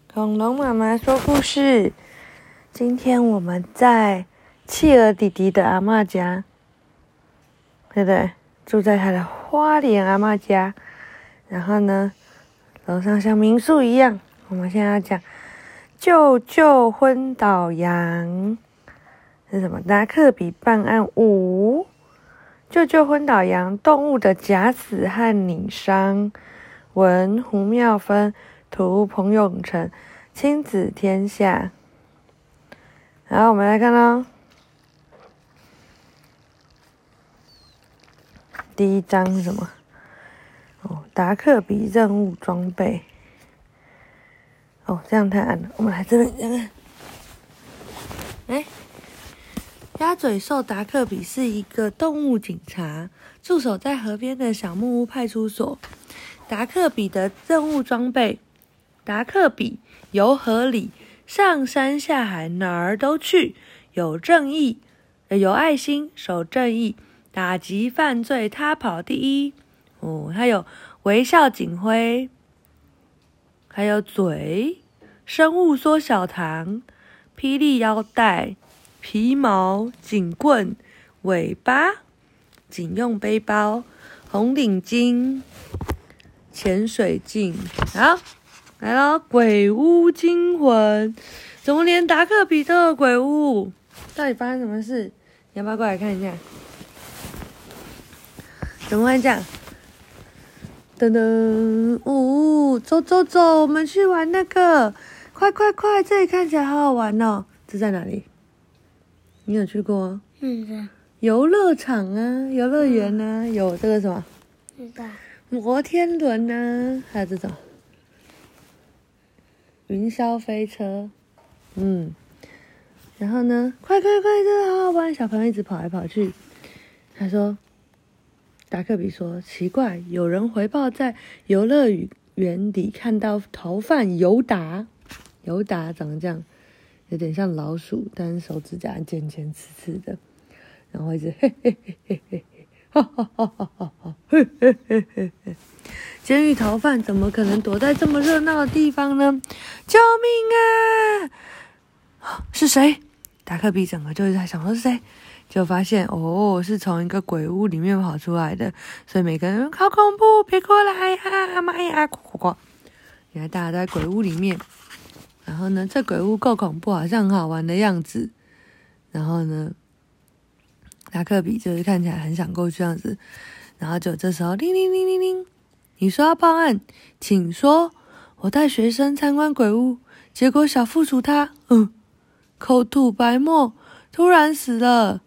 恐龙妈妈说故事。今天我们在企鹅弟弟的阿嬷家，对不对？住在他的花莲阿嬷家。然后呢，楼上像民宿一样。我们现在要讲救救昏倒羊，是什么？达克比办案5，救救昏倒羊，动物的假死和拟伤。文胡妙芬，图彭永成，亲子天下。好，我们来看咯。第一章是什么？达克比任务装备。这样太暗了，我们来这边看。鸭嘴兽达克比是一个动物警察，驻守在河边的小木屋派出所。达克比的任务装备：达克比游河里，上山下海，哪儿都去，有正义，有爱心，守正义，打击犯罪，他跑第一。他有微笑警徽，还有嘴，生物缩小糖，霹雳腰带，皮毛，警棍，尾巴，警用背包，红领巾，潜水镜。好，来咯，鬼屋惊魂。怎么连达克比都有鬼屋？到底发生什么事？你要不要过来看一下？怎么会这样？噔噔，走，我们去玩那个，快，这里看起来好好玩哦。这在哪里？你有去过？游乐场啊，游乐园啊，有这个什么？摩天轮啊，还有这种云霄飞车。然后呢，快，这好好玩，小朋友一直跑来跑去。他说。达克比说：“奇怪，有人回报在游乐园里看到逃犯尤达长得这样，有点像老鼠，但是手指甲尖尖刺刺的，然后一直嘿嘿嘿嘿嘿，哈哈哈哈哈哈，嘿嘿嘿嘿嘿。监狱逃犯怎么可能躲在这么热闹的地方呢？救命啊！是谁？达克比整个就是在想说是谁。”就发现是从一个鬼屋里面跑出来的，所以每个人好恐怖，别过来呀！妈呀！原来大家都在鬼屋里面。然后呢，这鬼屋够恐怖，好像很好玩的样子。然后呢，达克比就是看起来很想过去样子。然后就这时候，铃铃，你说要报案，请说。我带学生参观鬼屋，结果小附属他，口吐白沫，突然死了。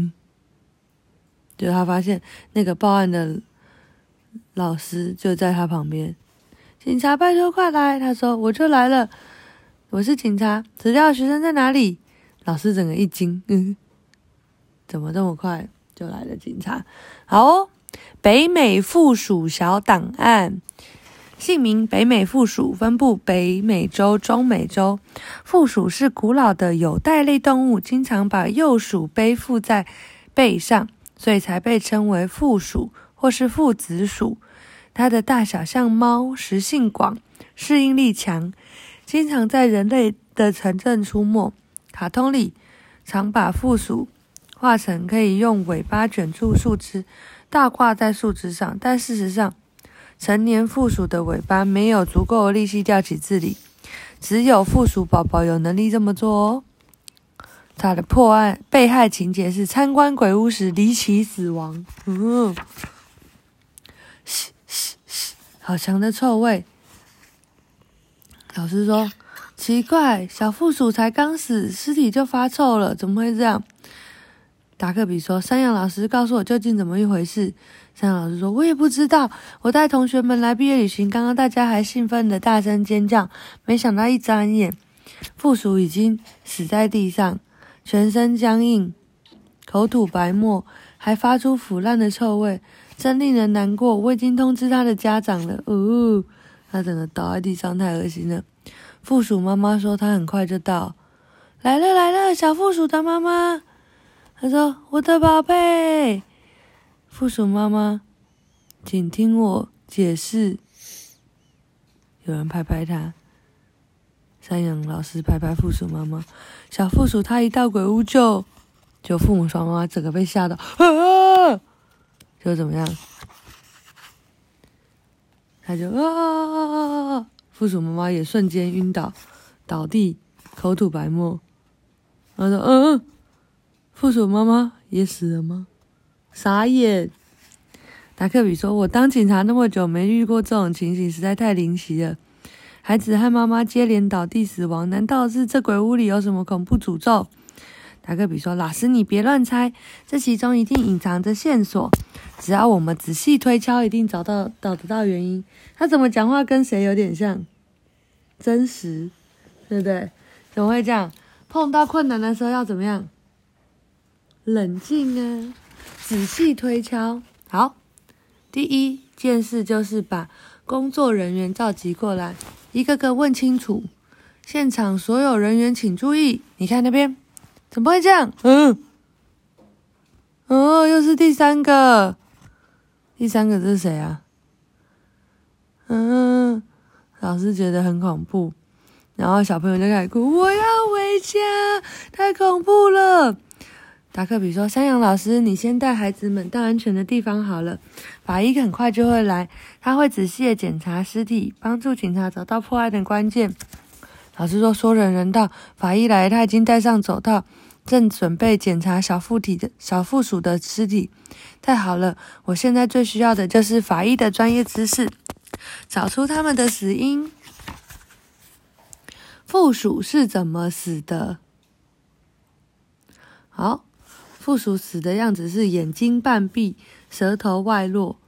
就他发现那个报案的老师就在他旁边。警察，拜托快来！他说：“我就来了，我是警察。死掉的学生在哪里？”老师整个一惊，怎么这么快就来了警察？好哦，北美附属小档案。姓名：北美附属，分布北美洲、中美洲。附属是古老的有袋类动物，经常把幼鼠背负在背上，所以才被称为附属或是父子属。它的大小像猫，食性广，适应力强，经常在人类的城镇出没。卡通里常把附属画成可以用尾巴卷住树枝，倒挂在树枝上，但事实上成年附属的尾巴没有足够的力气吊起自理，只有附属宝宝有能力这么做哦。他的破案被害情节是参观鬼屋时离奇死亡。好强的臭味。老师说：“奇怪，小附属才刚死，尸体就发臭了，怎么会这样？”达克比说：“山羊老师告诉我究竟怎么一回事。”山羊老师说：“我也不知道，我带同学们来毕业旅行，刚刚大家还兴奋的大声尖叫，没想到一眨眼，附属已经死在地上，全身僵硬，口吐白沫，还发出腐烂的臭味，真令人难过。我已经通知他的家长了。”他整个倒在地上，太恶心了。附属妈妈说他很快就到。来了，小附属的妈妈。他说：“我的宝贝。”附属妈妈，请听我解释。有人拍拍他。 山羊老师拍拍负鼠妈妈，小负鼠他一到鬼屋就父母双妈妈整个被吓到，就怎么样？他就负鼠妈妈也瞬间晕倒地，口吐白沫。然后说负鼠妈妈也死了吗？傻眼。达克比说，我当警察那么久，没遇过这种情形，实在太离奇了。孩子和妈妈接连倒地死亡，难道是这鬼屋里有什么恐怖诅咒？达克比说，老师你别乱猜，这其中一定隐藏着线索，只要我们仔细推敲，一定找得到原因。他怎么讲话跟谁有点像？真实，对不对？怎么会这样？碰到困难的时候要怎么样？冷静啊，仔细推敲。好，第一件事就是把工作人员召集过来，一个个问清楚。现场所有人员请注意，你看那边，怎么会这样？又是第三个这是谁啊？老师觉得很恐怖，然后小朋友就开始哭，我要回家，太恐怖了。达克比说，山羊老师你先带孩子们到安全的地方好了，法医很快就会来，他会仔细的检查尸体，帮助警察找到破案的关键。老师说人人到，法医来，他已经戴上手套，正准备检查小负鼠的尸体。太好了，我现在最需要的就是法医的专业知识，找出他们的死因。负鼠是怎么死的？好，负鼠死的样子是眼睛半闭，舌头外露，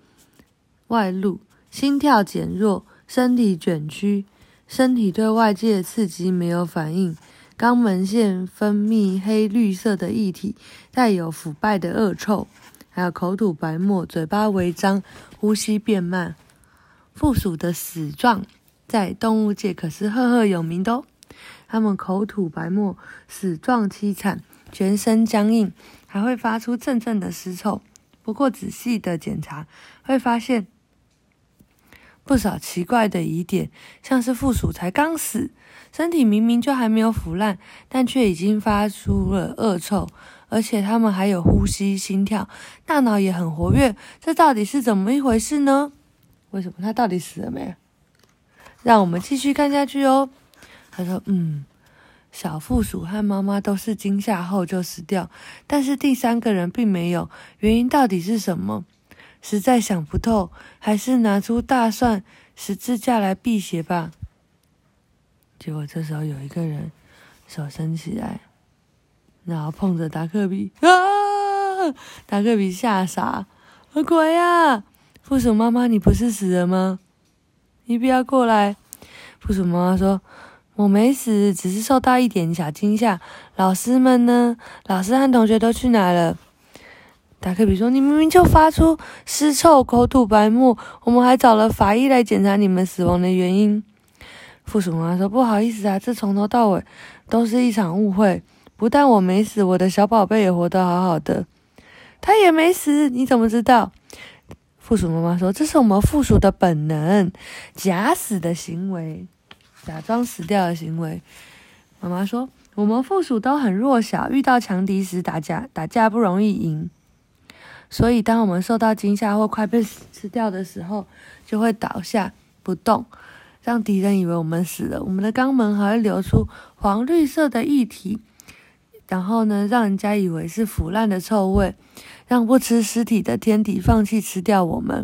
心跳减弱，身体卷曲，身体对外界的刺激没有反应，肛门腺分泌黑绿色的液体，带有腐败的恶臭，还有口吐白沫，嘴巴微张，呼吸变慢。负鼠的死状在动物界可是赫赫有名的哦。它们口吐白沫，死状凄惨，全身僵硬，还会发出阵阵的尸臭。不过仔细的检查会发现不少奇怪的疑点，像是负鼠才刚死，身体明明就还没有腐烂，但却已经发出了恶臭，而且它们还有呼吸、心跳，大脑也很活跃，这到底是怎么一回事呢？为什么它到底死了没？让我们继续看下去哦。他说小负鼠和妈妈都是惊吓后就死掉，但是第三个人并没有，原因到底是什么？实在想不透，还是拿出大蒜、十字架来辟邪吧。结果这时候有一个人手伸起来，然后碰着达克比，达克比吓傻，鬼啊！负鼠妈妈，你不是死了吗？你不要过来。负鼠妈妈说，我没死，只是受到一点小惊吓。老师们呢？老师和同学都去哪了？达克比说，你明明就发出尸臭、口吐白沫，我们还找了法医来检查你们死亡的原因。负鼠妈妈说，不好意思啊，这从头到尾都是一场误会。不但我没死，我的小宝贝也活得好好的。他也没死，你怎么知道？负鼠妈妈说，这是我们负鼠的本能，假死的行为，假装死掉的行为。妈妈说，我们负鼠都很弱小，遇到强敌时打架不容易赢，所以当我们受到惊吓或快被吃掉的时候，就会倒下不动，让敌人以为我们死了。我们的肛门还会流出黄绿色的液体，然后呢，让人家以为是腐烂的臭味，让不吃尸体的天敌放弃吃掉我们。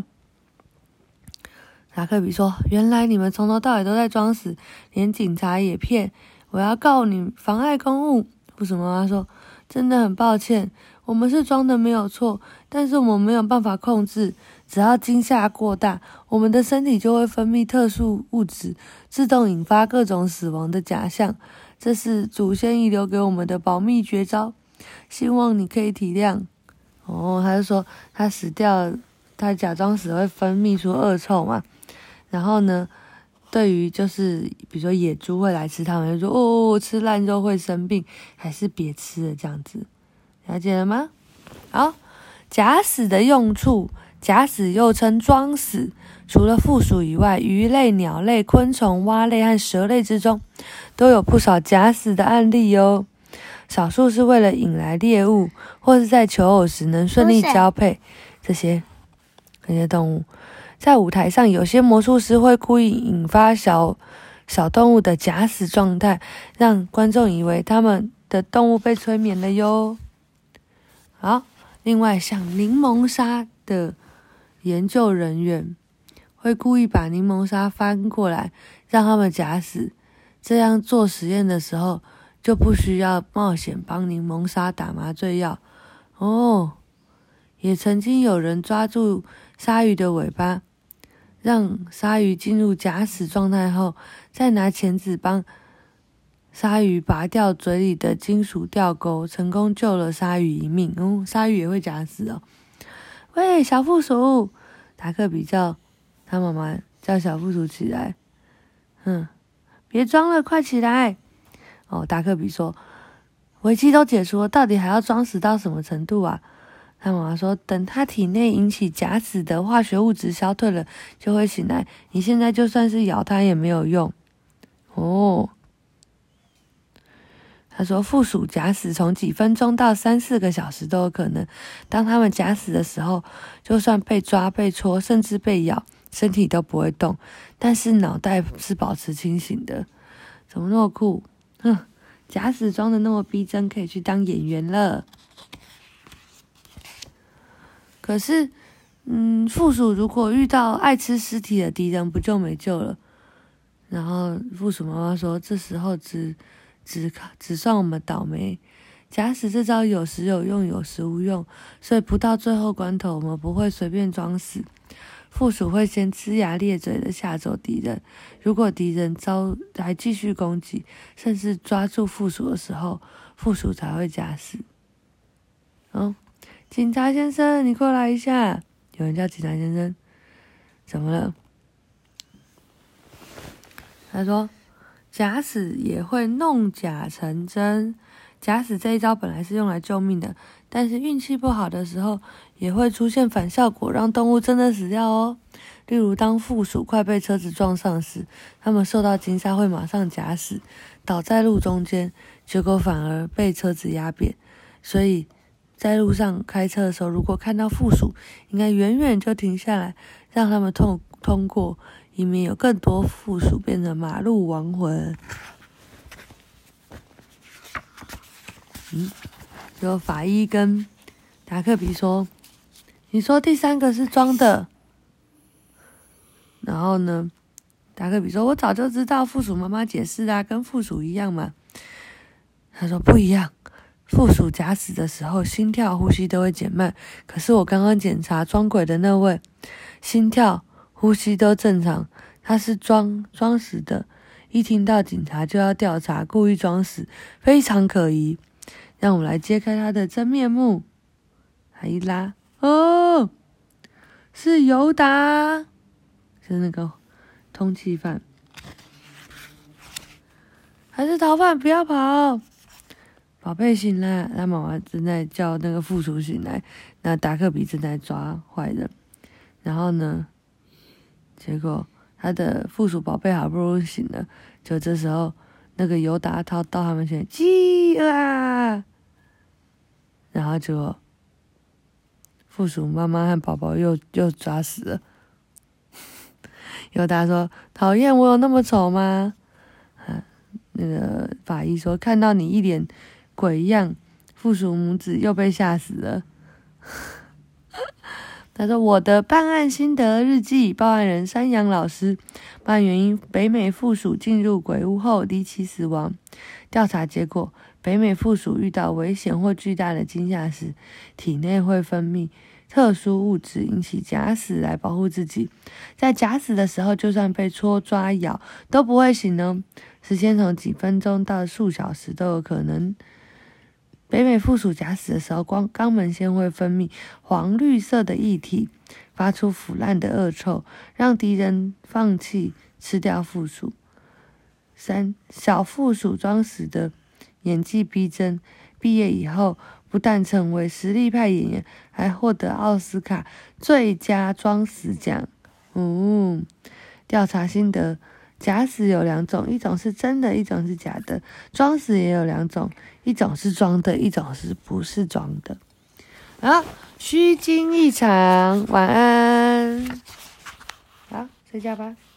达克比说，原来你们从头到尾都在装死，连警察也骗，我要告你妨碍公务。负鼠妈妈说，真的很抱歉，我们是装的没有错，但是我们没有办法控制，只要惊吓过大，我们的身体就会分泌特殊物质，自动引发各种死亡的假象，这是祖先遗留给我们的保密绝招，希望你可以体谅。他就说他死掉，他假装死会分泌出恶臭嘛，然后呢，对于就是比如说野猪会来吃它们，就说吃烂肉会生病，还是别吃了这样子，了解了吗？好，假死的用处，假死又称装死， 除了负鼠以外，鱼类、鸟类、昆虫、蛙类和蛇类之中，都有不少假死的案例哟。少数是为了引来猎物，或是在求偶时能顺利交配。这些动物，在舞台上，有些魔术师会故意引发小动物的假死状态，让观众以为他们的动物被催眠了哟。好，另外像柠檬沙的研究人员会故意把柠檬沙翻过来，让他们假死，这样做实验的时候就不需要冒险帮柠檬沙打麻醉药哦。也曾经有人抓住鲨鱼的尾巴，让鲨鱼进入假死状态后，再拿钳子帮鲨鱼拔掉嘴里的金属吊钩，成功救了鲨鱼一命。鲨鱼也会假死哦。喂，小负鼠，达克比叫他妈妈叫小负鼠起来。别装了，快起来！达克比说，危机都解除了，到底还要装死到什么程度啊？他妈妈说，等他体内引起假死的化学物质消退了，就会醒来。你现在就算是咬他也没有用。他说，负鼠假死从几分钟到3-4个小时都有可能。当他们假死的时候，就算被抓、被戳，甚至被咬，身体都不会动，但是脑袋是保持清醒的。怎么那么酷？假死装的那么逼真，可以去当演员了。可是，负鼠如果遇到爱吃尸体的敌人，不就没救了？然后负鼠妈妈说，这时候只算我们倒霉。假死这招有时有用，有时无用，所以不到最后关头，我们不会随便装死。负鼠会先龇牙咧嘴的吓走敌人，如果敌人还继续攻击，甚至抓住负鼠的时候，负鼠才会假死。警察先生，你过来一下。有人叫警察先生，怎么了？他说，假死也会弄假成真。假死这一招本来是用来救命的，但是运气不好的时候，也会出现反效果，让动物真的死掉哦。例如，当负鼠快被车子撞上时，它们受到惊吓会马上假死，倒在路中间，结果反而被车子压扁。所以在路上开车的时候，如果看到负鼠，应该远远就停下来，让他们通过，以免有更多负鼠变成马路亡魂。就法医跟达克比说，你说第3个是装的。然后呢，达克比说，我早就知道，负鼠妈妈解释啊，跟负鼠一样嘛。他说不一样，负鼠假死的时候，心跳、呼吸都会减慢。可是我刚刚检查装鬼的那位，心跳、呼吸都正常，他是装死的。一听到警察就要调查，故意装死，非常可疑。让我们来揭开他的真面目。他一拉，是尤达，是那个通缉犯，还是逃犯？不要跑！宝贝醒来，他妈妈正在叫那个负鼠醒来，那达克比正在抓坏人。然后呢，结果他的负鼠宝贝好不容易醒了，就这时候那个尤达到他们前，鸡啊！然后就负鼠妈妈和宝宝又抓死了。尤达说：“讨厌，我有那么丑吗？”那个法医说：“看到你一脸鬼样，负鼠母子又被吓死了。”他说：“我的办案心得日记，报案人山羊老师，报案原因：北美负鼠进入鬼屋后离奇死亡。调查结果：北美负鼠遇到危险或巨大的惊吓时，体内会分泌特殊物质，引起假死来保护自己。在假死的时候，就算被戳、抓、咬都不会醒哦，时间从几分钟到数小时都有可能。北美负鼠假死的时候，肛门腺会分泌黄绿色的液体，发出腐烂的恶臭，让敌人放弃吃掉负鼠。3. 小负鼠装死的演技逼真，毕业以后不但成为实力派演员，还获得奥斯卡最佳装死奖。 调查心得：假死有2种，一种是真的，一种是假的；装死也有2种，一种是装的，一种是不是装的。好，虚惊一场，晚安。好，睡觉吧。